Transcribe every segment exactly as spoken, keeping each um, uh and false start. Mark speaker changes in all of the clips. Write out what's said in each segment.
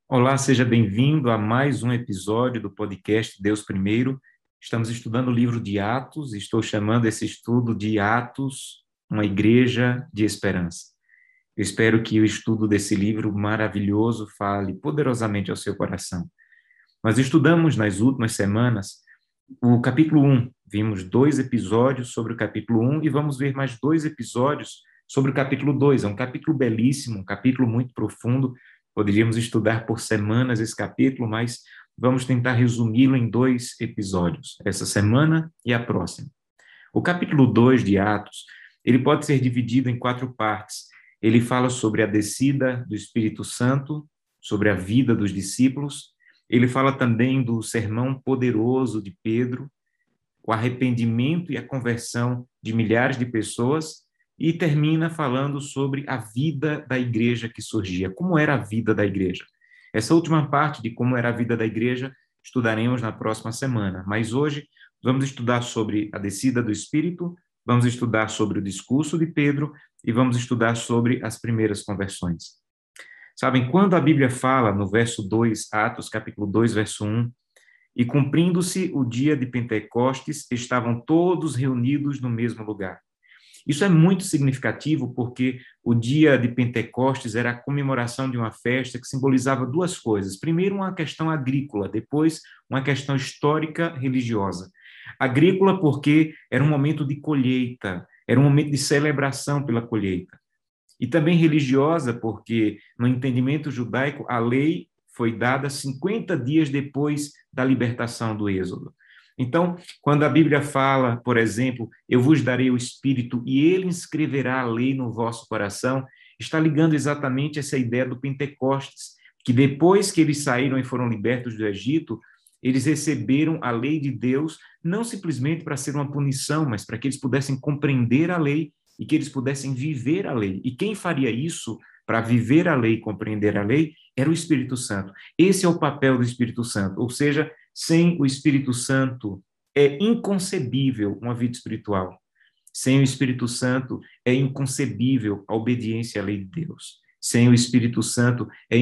Speaker 1: Olá, seja bem-vindo a mais um episódio do podcast Deus Primeiro. Estamos estudando o livro de Atos e estou chamando esse estudo de Atos, uma igreja de esperança. Eu espero que o estudo desse livro maravilhoso fale poderosamente ao seu coração. Nós estudamos nas últimas semanas o capítulo um. Vimos dois episódios sobre o capítulo um e vamos ver mais dois episódios sobre o capítulo dois. É um capítulo belíssimo, um capítulo muito profundo. Poderíamos estudar por semanas esse capítulo, mas vamos tentar resumi-lo em dois episódios, essa semana e a próxima. O capítulo dois de Atos, ele pode ser dividido em quatro partes. Ele fala sobre a descida do Espírito Santo, sobre a vida dos discípulos. Ele fala também do sermão poderoso de Pedro, o arrependimento e a conversão de milhares de pessoas, e termina falando sobre a vida da igreja que surgia, como era a vida da igreja. Essa última parte de como era a vida da igreja estudaremos na próxima semana, mas hoje vamos estudar sobre a descida do Espírito, vamos estudar sobre o discurso de Pedro e vamos estudar sobre as primeiras conversões. Sabem, quando a Bíblia fala no verso dois, Atos capítulo dois, verso um, e cumprindo-se o dia de Pentecostes, estavam todos reunidos no mesmo lugar. Isso é muito significativo porque o dia de Pentecostes era a comemoração de uma festa que simbolizava duas coisas. Primeiro, uma questão agrícola, depois, uma questão histórica religiosa. Agrícola porque era um momento de colheita, era um momento de celebração pela colheita. E também religiosa porque, no entendimento judaico, a lei foi dada cinquenta dias depois da libertação do Êxodo. Então, quando a Bíblia fala, por exemplo, eu vos darei o Espírito e ele inscreverá a lei no vosso coração, está ligando exatamente essa ideia do Pentecostes, que depois que eles saíram e foram libertos do Egito, eles receberam a lei de Deus, não simplesmente para ser uma punição, mas para que eles pudessem compreender a lei e que eles pudessem viver a lei. E quem faria isso para viver a lei e compreender a lei era o Espírito Santo. Esse é o papel do Espírito Santo, ou seja, sem o Espírito Santo é inconcebível uma vida espiritual. Sem o Espírito Santo é inconcebível a obediência à lei de Deus. Sem o Espírito Santo é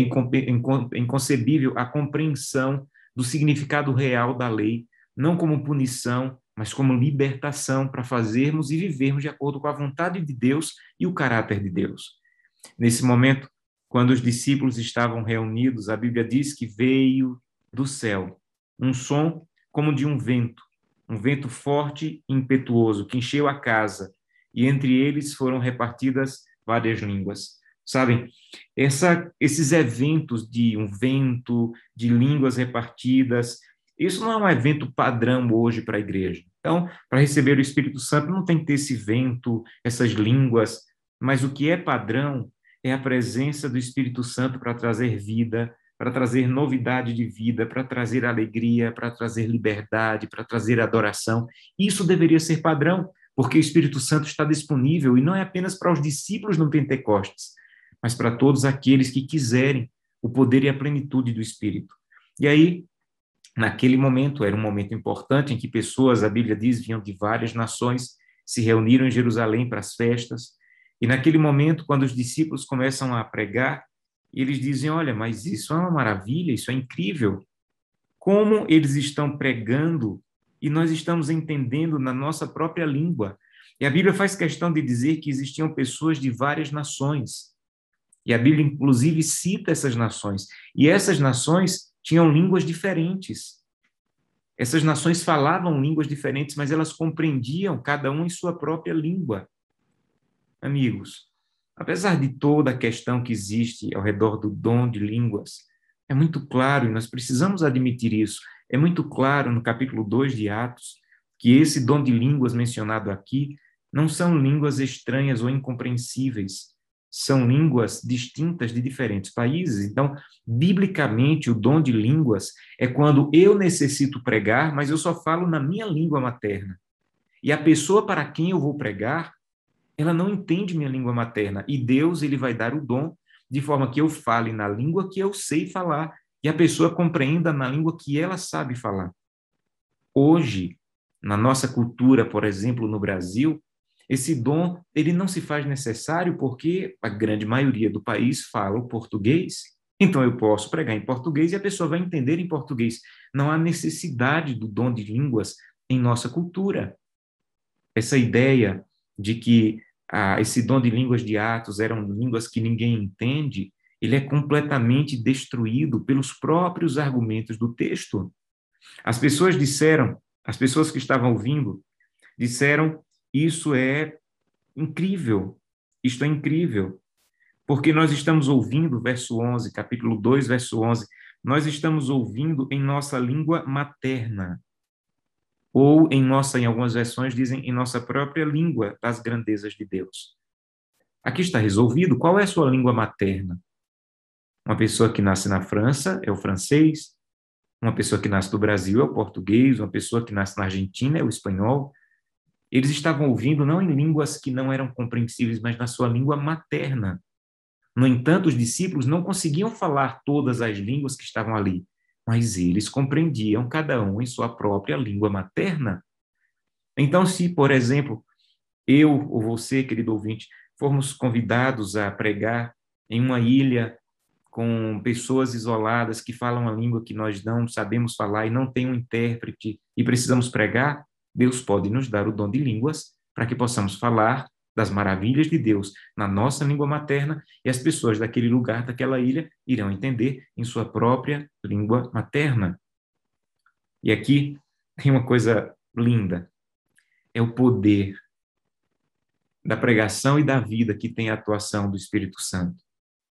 Speaker 1: inconcebível a compreensão do significado real da lei, não como punição, mas como libertação para fazermos e vivermos de acordo com a vontade de Deus e o caráter de Deus. Nesse momento, quando os discípulos estavam reunidos, a Bíblia diz que veio do céu um som como de um vento, um vento forte e impetuoso, que encheu a casa, e entre eles foram repartidas várias línguas. Sabem, essa, esses eventos de um vento, de línguas repartidas, isso não é um evento padrão hoje para a igreja. Então, para receber o Espírito Santo, não tem que ter esse vento, essas línguas, mas o que é padrão é a presença do Espírito Santo para trazer vida, para trazer novidade de vida, para trazer alegria, para trazer liberdade, para trazer adoração. Isso deveria ser padrão, porque o Espírito Santo está disponível, e não é apenas para os discípulos no Pentecostes, mas para todos aqueles que quiserem o poder e a plenitude do Espírito. E aí, naquele momento, era um momento importante em que pessoas, a Bíblia diz, vinham de várias nações, se reuniram em Jerusalém para as festas, e naquele momento, quando os discípulos começam a pregar, eles dizem, olha, mas isso é uma maravilha, isso é incrível. Como eles estão pregando e nós estamos entendendo na nossa própria língua. E a Bíblia faz questão de dizer que existiam pessoas de várias nações. E a Bíblia, inclusive, cita essas nações. E essas nações tinham línguas diferentes. Essas nações falavam línguas diferentes, mas elas compreendiam cada um em sua própria língua. Amigos, apesar de toda a questão que existe ao redor do dom de línguas, é muito claro, e nós precisamos admitir isso, é muito claro no capítulo dois de Atos, que esse dom de línguas mencionado aqui não são línguas estranhas ou incompreensíveis, são línguas distintas de diferentes países. Então, biblicamente, o dom de línguas é quando eu necessito pregar, mas eu só falo na minha língua materna. E a pessoa para quem eu vou pregar, ela não entende minha língua materna, e Deus ele vai dar o dom de forma que eu fale na língua que eu sei falar e a pessoa compreenda na língua que ela sabe falar. Hoje, na nossa cultura, por exemplo, no Brasil, esse dom ele não se faz necessário porque a grande maioria do país fala o português. Então, eu posso pregar em português e a pessoa vai entender em português. Não há necessidade do dom de línguas em nossa cultura. Essa ideia de que ah, esse dom de línguas de Atos eram línguas que ninguém entende, ele é completamente destruído pelos próprios argumentos do texto. As pessoas disseram, as pessoas que estavam ouvindo, disseram, isso é incrível, isto é incrível, porque nós estamos ouvindo, verso onze, capítulo dois, verso onze, nós estamos ouvindo em nossa língua materna, ou em nossa, em algumas versões dizem, em nossa própria língua, das grandezas de Deus. Aqui está resolvido, qual é a sua língua materna? Uma pessoa que nasce na França é o francês, uma pessoa que nasce no Brasil é o português, uma pessoa que nasce na Argentina é o espanhol. Eles estavam ouvindo não em línguas que não eram compreensíveis, mas na sua língua materna. No entanto, os discípulos não conseguiam falar todas as línguas que estavam ali, mas eles compreendiam cada um em sua própria língua materna. Então, se, por exemplo, eu ou você, querido ouvinte, formos convidados a pregar em uma ilha com pessoas isoladas que falam a língua que nós não sabemos falar e não tem um intérprete e precisamos pregar, Deus pode nos dar o dom de línguas para que possamos falar das maravilhas de Deus na nossa língua materna e as pessoas daquele lugar, daquela ilha, irão entender em sua própria língua materna. E aqui tem uma coisa linda, é o poder da pregação e da vida que tem a atuação do Espírito Santo.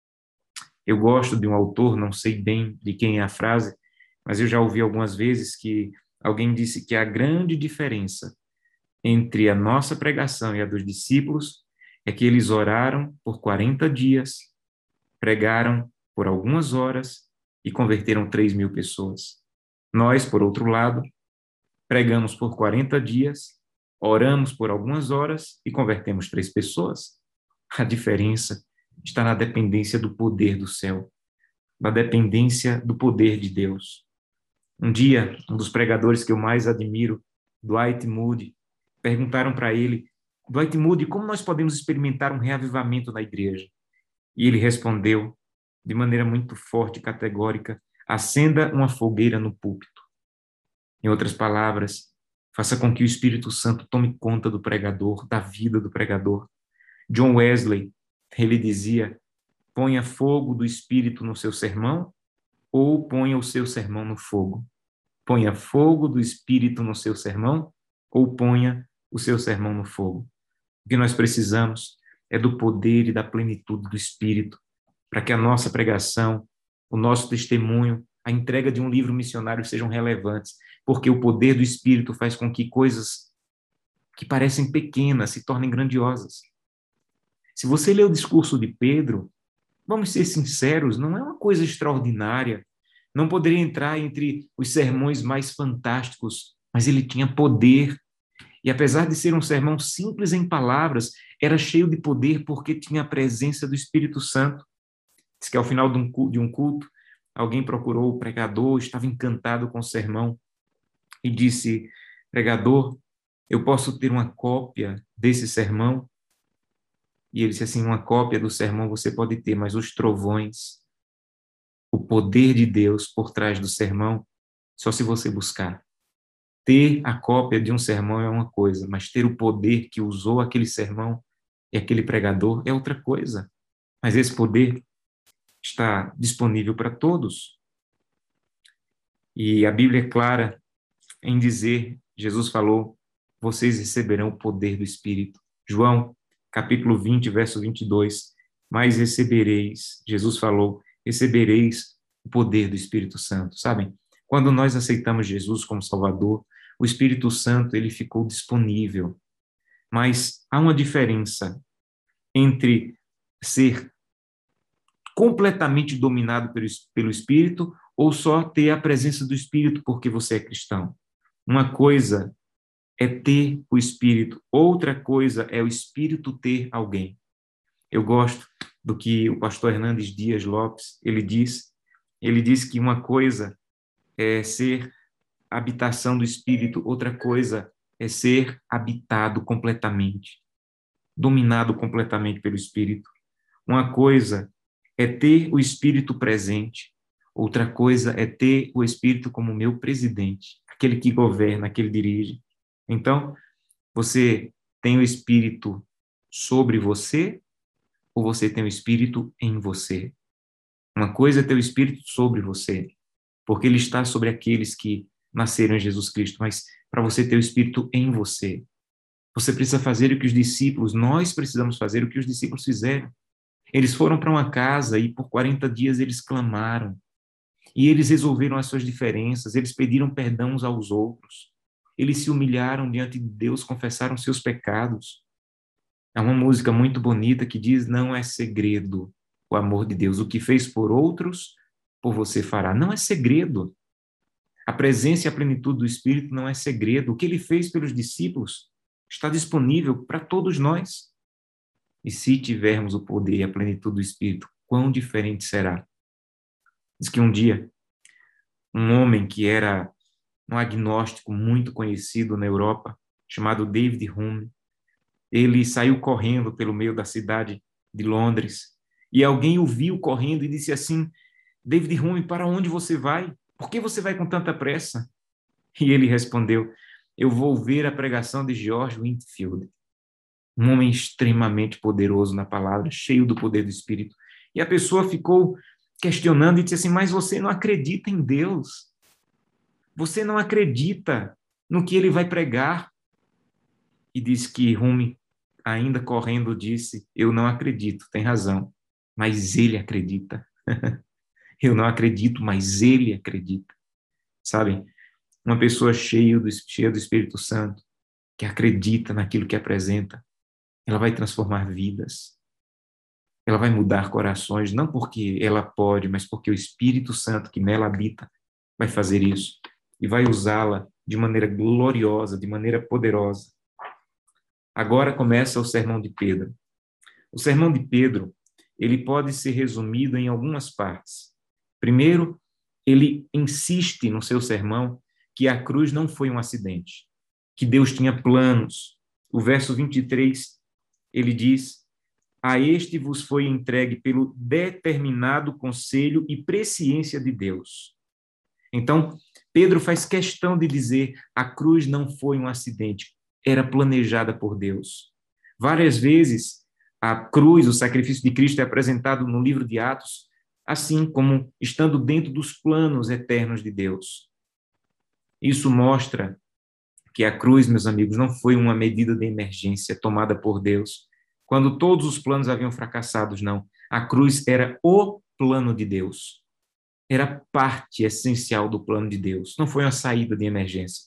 Speaker 1: Eu gosto de um autor, não sei bem de quem é a frase, mas eu já ouvi algumas vezes que alguém disse que a grande diferença entre a nossa pregação e a dos discípulos é que eles oraram por quarenta dias, pregaram por algumas horas e converteram três mil pessoas. Nós, por outro lado, pregamos por quarenta dias, oramos por algumas horas e convertemos três pessoas. A diferença está na dependência do poder do céu, na dependência do poder de Deus. Um dia, um dos pregadores que eu mais admiro, Dwight Moody, perguntaram para ele, Dwight Moody, como nós podemos experimentar um reavivamento na igreja? E ele respondeu, de maneira muito forte e categórica, acenda uma fogueira no púlpito. Em outras palavras, faça com que o Espírito Santo tome conta do pregador, da vida do pregador. John Wesley, ele dizia, ponha fogo do Espírito no seu sermão ou ponha o seu sermão no fogo. Ponha fogo do Espírito no seu sermão ou ponha o seu sermão no fogo. O que nós precisamos é do poder e da plenitude do Espírito para que a nossa pregação, o nosso testemunho, a entrega de um livro missionário sejam relevantes, porque o poder do Espírito faz com que coisas que parecem pequenas se tornem grandiosas. Se você ler o discurso de Pedro, vamos ser sinceros, não é uma coisa extraordinária, não poderia entrar entre os sermões mais fantásticos, mas ele tinha poder. E apesar de ser um sermão simples em palavras, era cheio de poder porque tinha a presença do Espírito Santo. Diz que ao final de um culto, alguém procurou o pregador, estava encantado com o sermão e disse, pregador, eu posso ter uma cópia desse sermão? E ele disse assim, uma cópia do sermão você pode ter, mas os trovões, o poder de Deus por trás do sermão, só se você buscar. Ter a cópia de um sermão é uma coisa, mas ter o poder que usou aquele sermão e aquele pregador é outra coisa. Mas esse poder está disponível para todos. E a Bíblia é clara em dizer, Jesus falou, vocês receberão o poder do Espírito. João, capítulo vinte, verso vinte e dois, mas recebereis, Jesus falou, recebereis o poder do Espírito Santo. Sabem, quando nós aceitamos Jesus como Salvador, o Espírito Santo ele ficou disponível. Mas há uma diferença entre ser completamente dominado pelo, pelo Espírito ou só ter a presença do Espírito porque você é cristão. Uma coisa é ter o Espírito, outra coisa é o Espírito ter alguém. Eu gosto do que o pastor Hernandes Dias Lopes, ele diz, ele diz que uma coisa é ser habitação do Espírito, outra coisa é ser habitado completamente, dominado completamente pelo Espírito. Uma coisa é ter o Espírito presente. Outra coisa é ter o Espírito como meu presidente, aquele que governa, aquele que dirige. Então, você tem o Espírito sobre você ou você tem o Espírito em você? Uma coisa é ter o Espírito sobre você, porque ele está sobre aqueles que nasceram em Jesus Cristo, mas para você ter o Espírito em você, você precisa fazer o que os discípulos, nós precisamos fazer o que os discípulos fizeram. Eles foram para uma casa e por quarenta dias eles clamaram. E eles resolveram as suas diferenças, eles pediram perdão uns aos outros. Eles se humilharam diante de Deus, confessaram seus pecados. Há uma música muito bonita que diz: não é segredo o amor de Deus. O que fez por outros, por você fará. Não é segredo. A presença e a plenitude do Espírito não é segredo. O que ele fez pelos discípulos está disponível para todos nós. E se tivermos o poder e a plenitude do Espírito, quão diferente será? Diz que um dia, um homem que era um agnóstico muito conhecido na Europa, chamado David Hume, ele saiu correndo pelo meio da cidade de Londres, e alguém o viu correndo e disse assim: David Hume, para onde você vai? Por que você vai com tanta pressa? E ele respondeu: eu vou ver a pregação de George Whitefield, um homem extremamente poderoso na palavra, cheio do poder do Espírito. E a pessoa ficou questionando e disse assim: mas você não acredita em Deus? Você não acredita no que ele vai pregar? E diz que Hume, ainda correndo, disse: eu não acredito, tem razão, mas ele acredita. Eu não acredito, mas ele acredita. Sabe? Uma pessoa cheia do, cheia do Espírito Santo, que acredita naquilo que apresenta, ela vai transformar vidas. Ela vai mudar corações, não porque ela pode, mas porque o Espírito Santo que nela habita vai fazer isso e vai usá-la de maneira gloriosa, de maneira poderosa. Agora começa o sermão de Pedro. O sermão de Pedro, ele pode ser resumido em algumas partes. Primeiro, ele insiste no seu sermão que a cruz não foi um acidente, que Deus tinha planos. O verso vinte e três, ele diz: a este vos foi entregue pelo determinado conselho e presciência de Deus. Então, Pedro faz questão de dizer: a cruz não foi um acidente, era planejada por Deus. Várias vezes, a cruz, o sacrifício de Cristo é apresentado no livro de Atos, assim como estando dentro dos planos eternos de Deus. Isso mostra que a cruz, meus amigos, não foi uma medida de emergência tomada por Deus, quando todos os planos haviam fracassado, não. A cruz era o plano de Deus. Era parte essencial do plano de Deus. Não foi uma saída de emergência.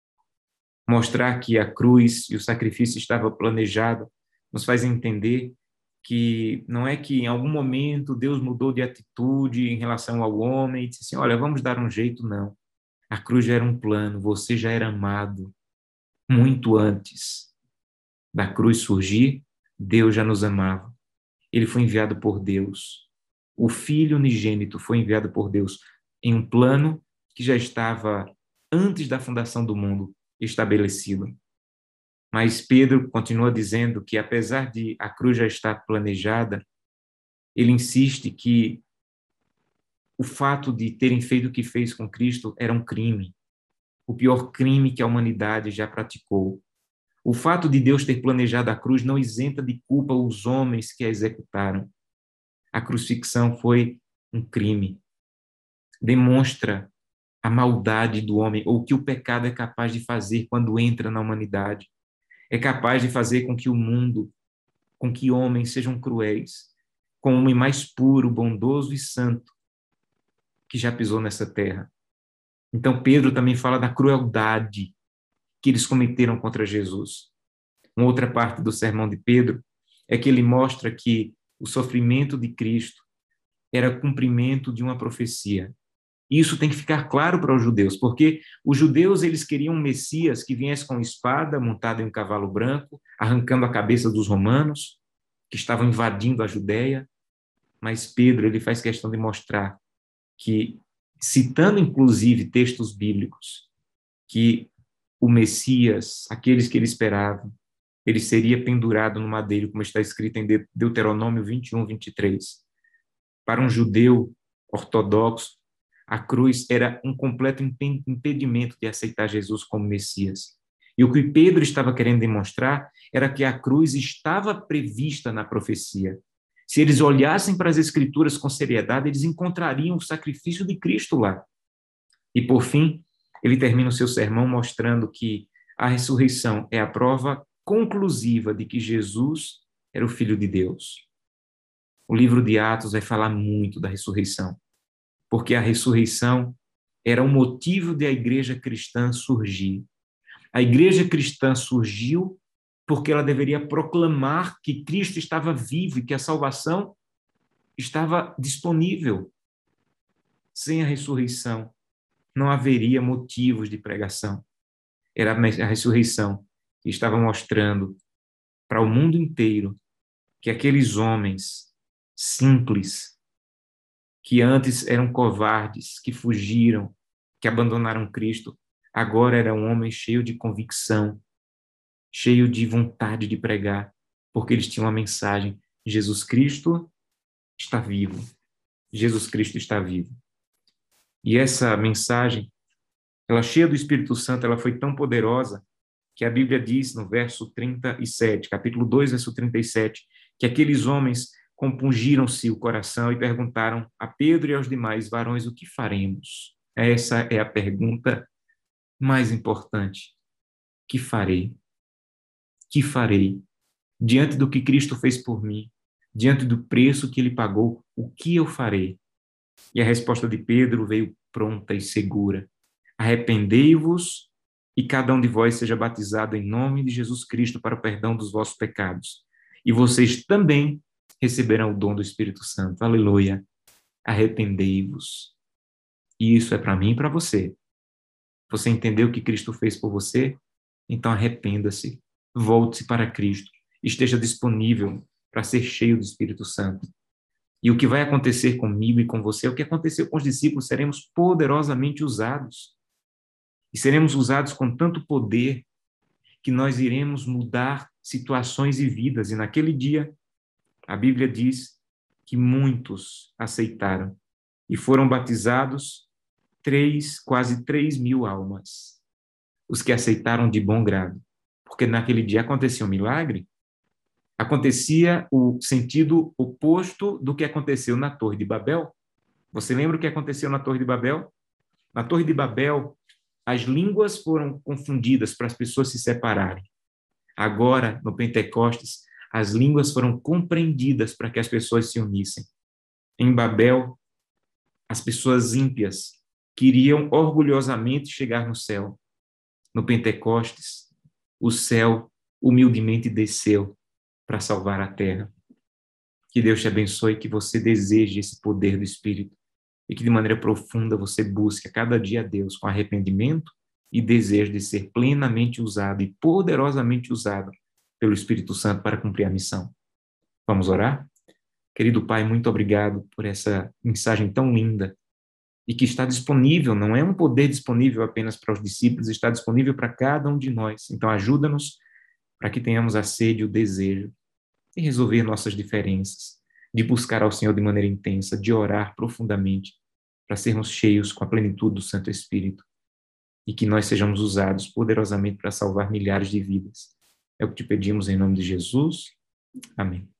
Speaker 1: Mostrar que a cruz e o sacrifício estava planejado nos faz entender que não é que em algum momento Deus mudou de atitude em relação ao homem e disse assim: olha, vamos dar um jeito, não. A cruz já era um plano, você já era amado muito antes da cruz surgir. Deus já nos amava. Ele foi enviado por Deus. O Filho unigênito foi enviado por Deus em um plano que já estava antes da fundação do mundo estabelecido. Mas Pedro continua dizendo que, apesar de a cruz já estar planejada, ele insiste que o fato de terem feito o que fez com Cristo era um crime, o pior crime que a humanidade já praticou. O fato de Deus ter planejado a cruz não isenta de culpa os homens que a executaram. A crucifixão foi um crime. Demonstra a maldade do homem, ou o que o pecado é capaz de fazer quando entra na humanidade. É capaz de fazer com que o mundo, com que homens sejam cruéis, com o homem mais puro, bondoso e santo que já pisou nessa terra. Então Pedro também fala da crueldade que eles cometeram contra Jesus. Uma outra parte do sermão de Pedro é que ele mostra que o sofrimento de Cristo era cumprimento de uma profecia. Isso tem que ficar claro para os judeus, porque os judeus eles queriam um Messias que viesse com espada, montado em um cavalo branco, arrancando a cabeça dos romanos, que estavam invadindo a Judéia. Mas Pedro ele faz questão de mostrar que, citando inclusive textos bíblicos, que o Messias, aqueles que ele esperava, ele seria pendurado no madeiro, como está escrito em Deuteronômio vinte e um, vinte e três. Para um judeu ortodoxo, a cruz era um completo impedimento de aceitar Jesus como Messias. E o que Pedro estava querendo demonstrar era que a cruz estava prevista na profecia. Se eles olhassem para as Escrituras com seriedade, eles encontrariam o sacrifício de Cristo lá. E, por fim, ele termina o seu sermão mostrando que a ressurreição é a prova conclusiva de que Jesus era o Filho de Deus. O livro de Atos vai falar muito da ressurreição, porque a ressurreição era o motivo de a igreja cristã surgir. A igreja cristã surgiu porque ela deveria proclamar que Cristo estava vivo e que a salvação estava disponível. Sem a ressurreição, não haveria motivos de pregação. Era a ressurreição que estava mostrando para o mundo inteiro que aqueles homens simples, que antes eram covardes, que fugiram, que abandonaram Cristo, agora eram homens cheios de convicção, cheios de vontade de pregar, porque eles tinham a mensagem: Jesus Cristo está vivo. Jesus Cristo está vivo. E essa mensagem, ela cheia do Espírito Santo, ela foi tão poderosa que a Bíblia diz no verso trinta e sete, capítulo dois, verso trinta e sete, que aqueles homens compungiram-se o coração e perguntaram a Pedro e aos demais varões: o que faremos? Essa é a pergunta mais importante. Que farei? Que farei? Diante do que Cristo fez por mim, diante do preço que ele pagou, o que eu farei? E a resposta de Pedro veio pronta e segura: arrependei-vos e cada um de vós seja batizado em nome de Jesus Cristo para o perdão dos vossos pecados. E vocês também receberão o dom do Espírito Santo. Aleluia. Arrependei-vos. E isso é para mim e para você. Você entendeu o que Cristo fez por você? Então arrependa-se. Volte-se para Cristo. Esteja disponível para ser cheio do Espírito Santo. E o que vai acontecer comigo e com você, o que aconteceu com os discípulos, seremos poderosamente usados. E seremos usados com tanto poder que nós iremos mudar situações e vidas. E naquele dia, a Bíblia diz que muitos aceitaram e foram batizados três, quase três mil almas. Os que aceitaram de bom grado. Porque naquele dia acontecia um milagre, acontecia o sentido oposto do que aconteceu na Torre de Babel. Você lembra o que aconteceu na Torre de Babel? Na Torre de Babel, as línguas foram confundidas para as pessoas se separarem. Agora, no Pentecostes, as línguas foram compreendidas para que as pessoas se unissem. Em Babel, as pessoas ímpias queriam orgulhosamente chegar no céu. No Pentecostes, o céu humildemente desceu para salvar a terra. Que Deus te abençoe, que você deseje esse poder do Espírito e que de maneira profunda você busque a cada dia a Deus com arrependimento e desejo de ser plenamente usado e poderosamente usado pelo Espírito Santo para cumprir a missão. Vamos orar? Querido Pai, muito obrigado por essa mensagem tão linda e que está disponível, não é um poder disponível apenas para os discípulos, está disponível para cada um de nós. Então ajuda-nos para que tenhamos a sede e o desejo de resolver nossas diferenças, de buscar ao Senhor de maneira intensa, de orar profundamente, para sermos cheios com a plenitude do Santo Espírito e que nós sejamos usados poderosamente para salvar milhares de vidas. É o que te pedimos em nome de Jesus. Amém.